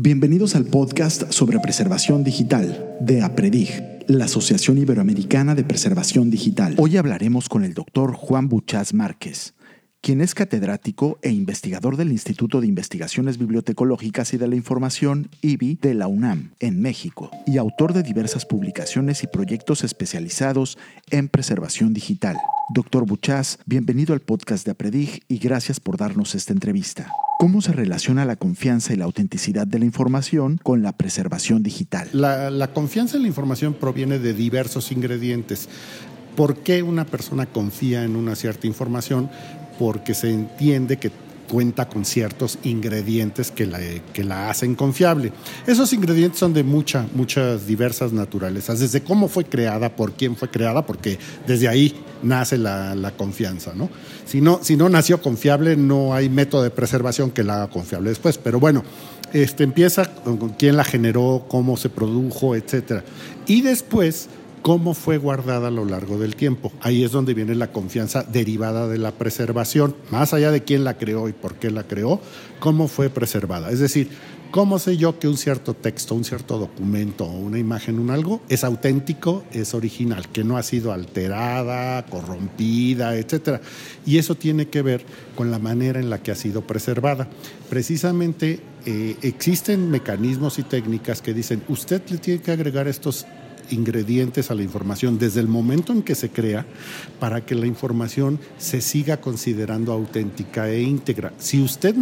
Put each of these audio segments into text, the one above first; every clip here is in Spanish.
Bienvenidos al podcast sobre preservación digital de APREDIG, la Asociación Iberoamericana de Preservación Digital. Hoy hablaremos con el doctor Juan Buchás Márquez, quien es catedrático e investigador del Instituto de Investigaciones Bibliotecológicas y de la Información, IBI, de la UNAM, en México, y autor de diversas publicaciones y proyectos especializados en preservación digital. Doctor Buchás, bienvenido al podcast de APREDIG y gracias por darnos esta entrevista. ¿Cómo se relaciona la confianza y la autenticidad de la información con la preservación digital? La confianza en la información proviene de diversos ingredientes. ¿Por qué una persona confía en una cierta información? Porque se entiende que cuenta con ciertos ingredientes que la hacen confiable. Esos ingredientes son de muchas diversas naturalezas, desde cómo fue creada, por quién fue creada, porque desde ahí nace la confianza, ¿no? Si no nació confiable, no hay método de preservación que la haga confiable después. Pero bueno, empieza con quién la generó, cómo se produjo, etcétera. Y después, cómo fue guardada a lo largo del tiempo. Ahí es donde viene la confianza derivada de la preservación. Más allá de quién la creó y por qué la creó, cómo fue preservada. Es decir, ¿cómo sé yo que un cierto texto, un cierto documento, una imagen, un algo es auténtico, es original, que no ha sido alterada, corrompida, etcétera? Y eso tiene que ver con la manera en la que ha sido preservada. Precisamente existen mecanismos y técnicas que dicen, usted le tiene que agregar estos ingredientes a la información desde el momento en que se crea para que la información se siga considerando auténtica e íntegra. Si usted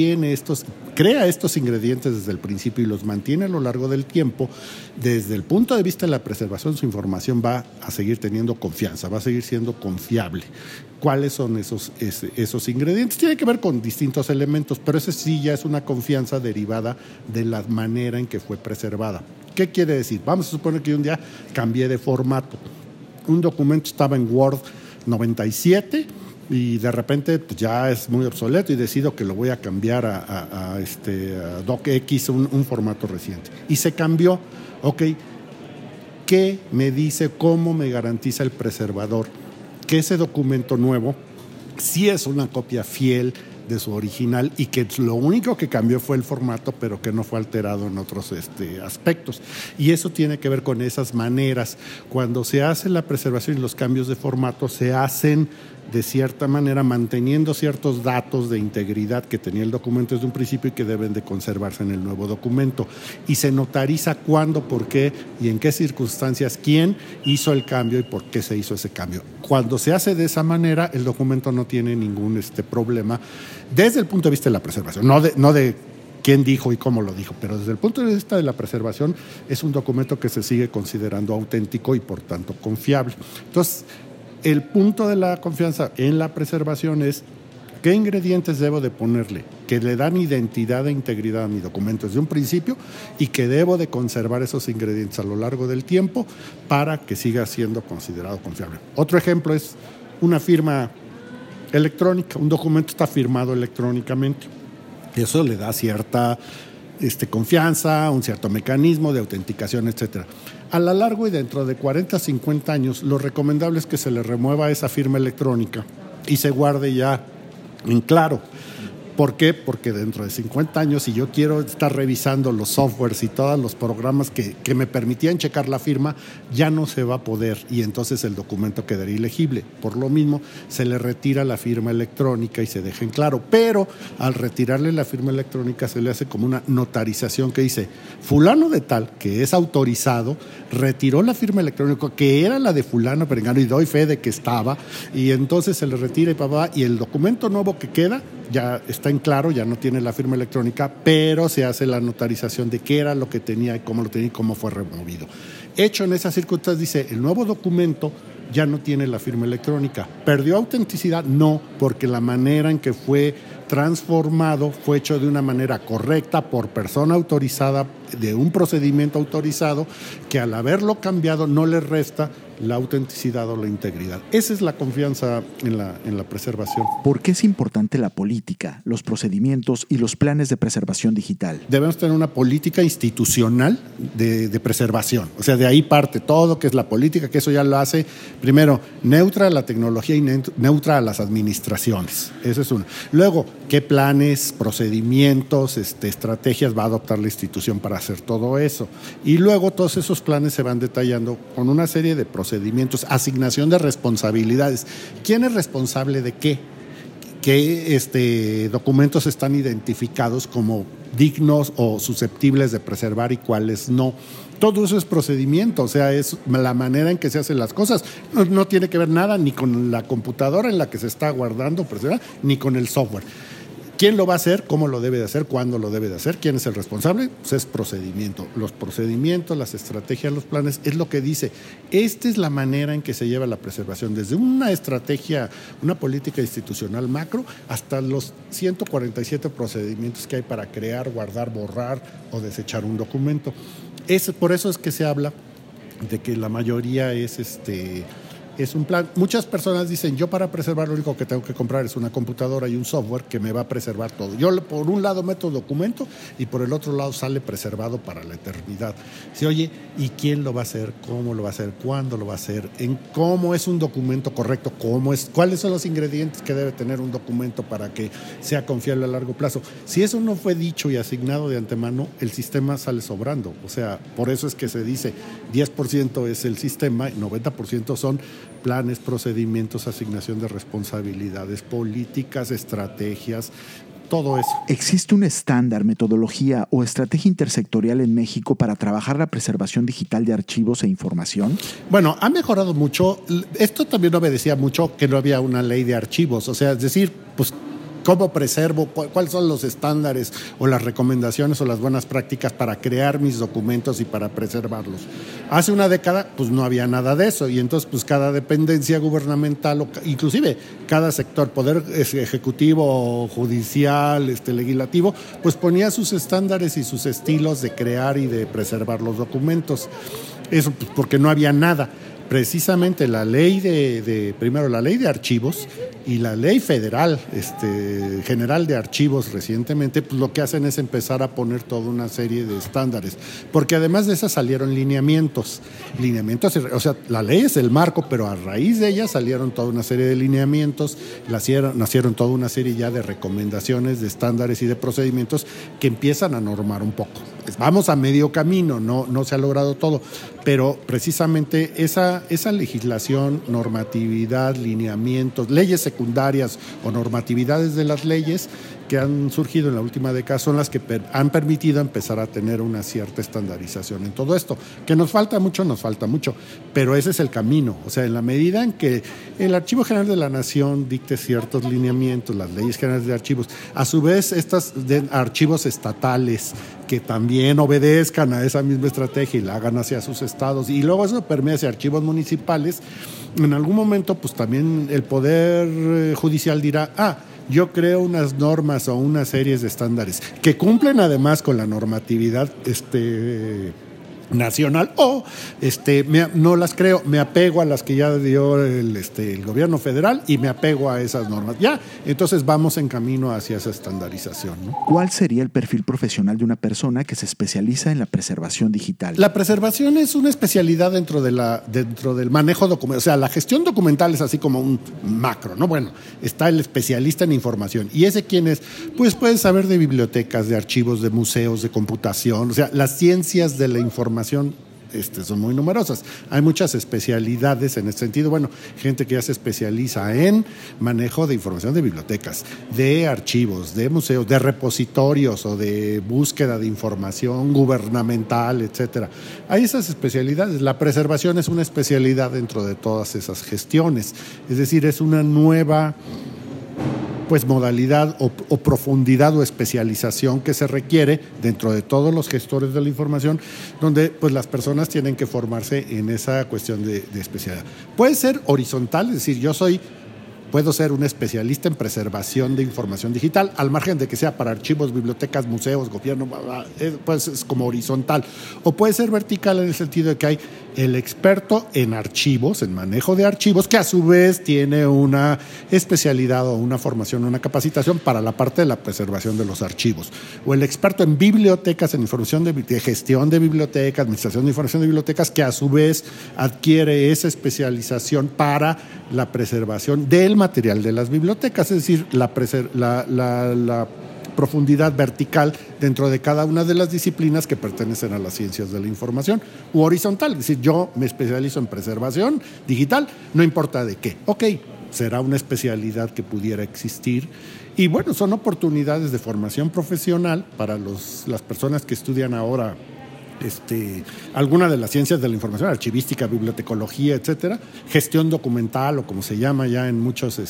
crea estos ingredientes desde el principio y los mantiene a lo largo del tiempo, desde el punto de vista de la preservación, su información va a seguir teniendo confianza, va a seguir siendo confiable. ¿Cuáles son esos ingredientes? Tiene que ver con distintos elementos, pero ese sí ya es una confianza derivada de la manera en que fue preservada. ¿Qué quiere decir? Vamos a suponer que un día cambié de formato. Un documento estaba en Word 97 y de repente pues, ya es muy obsoleto y decido que lo voy a cambiar a DocX, un formato reciente. Y se cambió. Ok, ¿qué me dice, cómo me garantiza el preservador que ese documento nuevo sí es una copia fiel de su original y que lo único que cambió fue el formato, pero que no fue alterado en otros aspectos? Y eso tiene que ver con esas maneras. Cuando se hace la preservación y los cambios de formato, se hacen de cierta manera manteniendo ciertos datos de integridad que tenía el documento desde un principio y que deben de conservarse en el nuevo documento. Y se notariza cuándo, por qué y en qué circunstancias, quién hizo el cambio y por qué se hizo ese cambio. Cuando se hace de esa manera, el documento no tiene ningún problema desde el punto de vista de la preservación, no de quién dijo y cómo lo dijo, pero desde el punto de vista de la preservación es un documento que se sigue considerando auténtico y por tanto confiable. Entonces, el punto de la confianza en la preservación es qué ingredientes debo de ponerle que le dan identidad e integridad a mi documento desde un principio y que debo de conservar esos ingredientes a lo largo del tiempo para que siga siendo considerado confiable. Otro ejemplo es una firma electrónica. Un documento está firmado electrónicamente. Eso le da cierta confianza, un cierto mecanismo de autenticación, etcétera. A lo largo y dentro de 40 a 50 años, lo recomendable es que se le remueva esa firma electrónica y se guarde ya en claro. ¿Por qué? Porque dentro de 50 años, si yo quiero estar revisando los softwares y todos los programas que me permitían checar la firma, ya no se va a poder y entonces el documento quedaría ilegible. Por lo mismo, se le retira la firma electrónica y se deja en claro. Pero al retirarle la firma electrónica se le hace como una notarización que dice, fulano de tal, que es autorizado, retiró la firma electrónica, que era la de fulano perengano y doy fe de que estaba, y entonces se le retira y el documento nuevo que queda ya está en claro, ya no tiene la firma electrónica, pero se hace la notarización de qué era lo que tenía y cómo fue removido. Hecho en esas circunstancias, dice, el nuevo documento ya no tiene la firma electrónica. ¿Perdió autenticidad? No, porque la manera en que fue transformado fue hecho de una manera correcta por persona autorizada, de un procedimiento autorizado, que al haberlo cambiado no le resta la autenticidad o la integridad. Esa es la confianza en la preservación. ¿Por qué es importante la política, los procedimientos y los planes de preservación digital? Debemos tener una política institucional de preservación. O sea, de ahí parte todo, que es la política, que eso ya lo hace, primero, neutra a la tecnología y neutra a las administraciones. Eso es uno. Luego, qué planes, procedimientos, estrategias va a adoptar la institución para hacer todo eso. Y luego todos esos planes se van detallando con una serie de procedimientos, asignación de responsabilidades. ¿Quién es responsable de qué? ¿Qué documentos están identificados como dignos o susceptibles de preservar y cuáles no? Todo eso es procedimiento, o sea, es la manera en que se hacen las cosas. No tiene que ver nada ni con la computadora en la que se está guardando, ni con el software. ¿Quién lo va a hacer? ¿Cómo lo debe de hacer? ¿Cuándo lo debe de hacer? ¿Quién es el responsable? Pues es procedimiento. Los procedimientos, las estrategias, los planes, es lo que dice. Esta es la manera en que se lleva la preservación, desde una estrategia, una política institucional macro, hasta los 147 procedimientos que hay para crear, guardar, borrar o desechar un documento. Por eso es que se habla de que la mayoría es un plan. Muchas personas dicen, yo para preservar lo único que tengo que comprar es una computadora y un software que me va a preservar todo. Yo por un lado meto documento y por el otro lado sale preservado para la eternidad. Sí, oye, ¿y quién lo va a hacer? ¿Cómo lo va a hacer? ¿Cuándo lo va a hacer? ¿En cómo es un documento correcto? ¿Cuáles son los ingredientes que debe tener un documento para que sea confiable a largo plazo? Si eso no fue dicho y asignado de antemano, el sistema sale sobrando. O sea, por eso es que se dice 10% es el sistema y 90% son planes, procedimientos, asignación de responsabilidades, políticas, estrategias, todo eso. ¿Existe un estándar, metodología o estrategia intersectorial en México para trabajar la preservación digital de archivos e información? Bueno, ha mejorado mucho. Esto también obedecía mucho que no había una ley de archivos. O sea, es decir, pues ¿cómo preservo? ¿Cuáles son los estándares o las recomendaciones o las buenas prácticas para crear mis documentos y para preservarlos? Hace una década, pues no había nada de eso y entonces pues cada dependencia gubernamental o inclusive cada sector, poder ejecutivo, judicial, legislativo, pues ponía sus estándares y sus estilos de crear y de preservar los documentos. Eso pues, porque no había nada. Precisamente la ley primero la ley de archivos y la ley federal general de archivos recientemente, pues lo que hacen es empezar a poner toda una serie de estándares, porque además de esas salieron lineamientos, o sea, la ley es el marco, pero a raíz de ella salieron toda una serie de lineamientos, nacieron toda una serie ya de recomendaciones, de estándares y de procedimientos que empiezan a normar un poco. Vamos a medio camino, no se ha logrado todo, pero precisamente esa legislación, normatividad, lineamientos, leyes secundarias o normatividades de las leyes que han surgido en la última década son las que han permitido empezar a tener una cierta estandarización en todo esto. Que nos falta mucho, pero ese es el camino. O sea, en la medida en que el Archivo General de la Nación dicte ciertos lineamientos, las leyes generales de archivos, a su vez estas de archivos estatales que también obedezcan a esa misma estrategia y la hagan hacia sus estados, y luego eso permea hacia archivos municipales, en algún momento pues también el Poder Judicial dirá, yo creo unas normas o unas series de estándares que cumplen además con la normatividad nacional o no las creo, me apego a las que ya dio el gobierno federal y me apego a esas normas. Ya, entonces vamos en camino hacia esa estandarización, ¿no? ¿Cuál sería el perfil profesional de una persona que se especializa en la preservación digital? La preservación es una especialidad dentro del manejo documental. O sea, la gestión documental es así como un macro, ¿no? Bueno, está el especialista en información. ¿Y ese quién es? Pues puede saber de bibliotecas, de archivos, de museos, de computación. O sea, las ciencias de la información son muy numerosas. Hay muchas especialidades en ese sentido. Bueno, gente que ya se especializa en manejo de información de bibliotecas, de archivos, de museos, de repositorios o de búsqueda de información gubernamental, etcétera. Hay esas especialidades. La preservación es una especialidad dentro de todas esas gestiones. Es decir, es una nueva modalidad o profundidad o especialización que se requiere dentro de todos los gestores de la información, donde pues las personas tienen que formarse en esa cuestión de especialidad. Puede ser horizontal, es decir, puedo ser un especialista en preservación de información digital, al margen de que sea para archivos, bibliotecas, museos, gobierno, pues es como horizontal. O puede ser vertical en el sentido de que hay el experto en archivos, en manejo de archivos, que a su vez tiene una especialidad o una formación, una capacitación para la parte de la preservación de los archivos. O el experto en bibliotecas, en información de gestión de bibliotecas, administración de información de bibliotecas, que a su vez adquiere esa especialización para la preservación del material de las bibliotecas, es decir, la profundidad vertical dentro de cada una de las disciplinas que pertenecen a las ciencias de la información, u horizontal, es decir, yo me especializo en preservación digital, no importa de qué. Ok, será una especialidad que pudiera existir. Y bueno, son oportunidades de formación profesional para las personas que estudian ahora alguna de las ciencias de la información, archivística, bibliotecología, etcétera, gestión documental o como se llama ya en muchas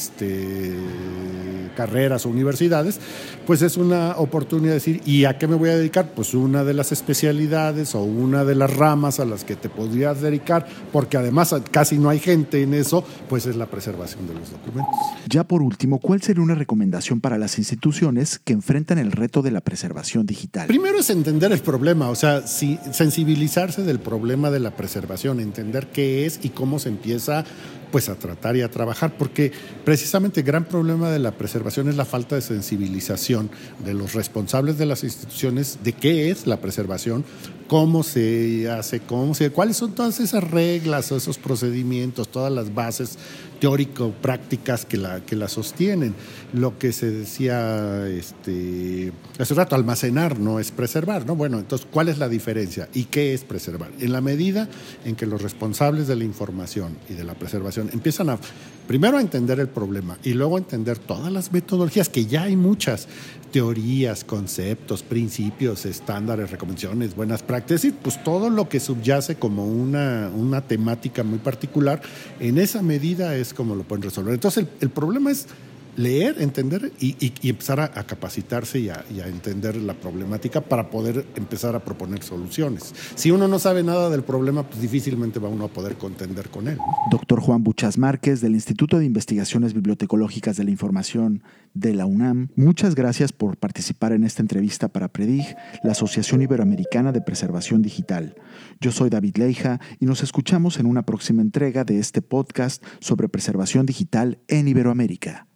carreras o universidades, pues es una oportunidad de decir, ¿y a qué me voy a dedicar? Pues una de las especialidades o una de las ramas a las que te podrías dedicar, porque además casi no hay gente en eso, pues es la preservación de los documentos. Ya por último, ¿cuál sería una recomendación para las instituciones que enfrentan el reto de la preservación digital? Primero es entender el problema, o sea, sensibilizarse del problema de la preservación, entender qué es y cómo se empieza pues a tratar y a trabajar, porque precisamente el gran problema de la preservación es la falta de sensibilización de los responsables de las instituciones de qué es la preservación, cómo se hace, cuáles son todas esas reglas, esos procedimientos, todas las bases teórico-prácticas que la sostienen. Lo que se decía hace rato, almacenar no es preservar, ¿no? Bueno, entonces, ¿cuál es la diferencia? ¿Y qué es preservar? En la medida en que los responsables de la información y de la preservación empiezan primero a entender el problema y luego a entender todas las metodologías, que ya hay muchas, teorías, conceptos, principios, estándares, recomendaciones, buenas prácticas, y pues todo lo que subyace como una temática muy particular, en esa medida es como lo pueden resolver. Entonces el problema es leer, entender y empezar a capacitarse y a entender la problemática para poder empezar a proponer soluciones. Si uno no sabe nada del problema, pues difícilmente va uno a poder contender con él, ¿no? Doctor Juan Buchás Márquez, del Instituto de Investigaciones Bibliotecológicas de la Información de la UNAM, muchas gracias por participar en esta entrevista para PREDIG, la Asociación Iberoamericana de Preservación Digital. Yo soy David Leija y nos escuchamos en una próxima entrega de este podcast sobre preservación digital en Iberoamérica.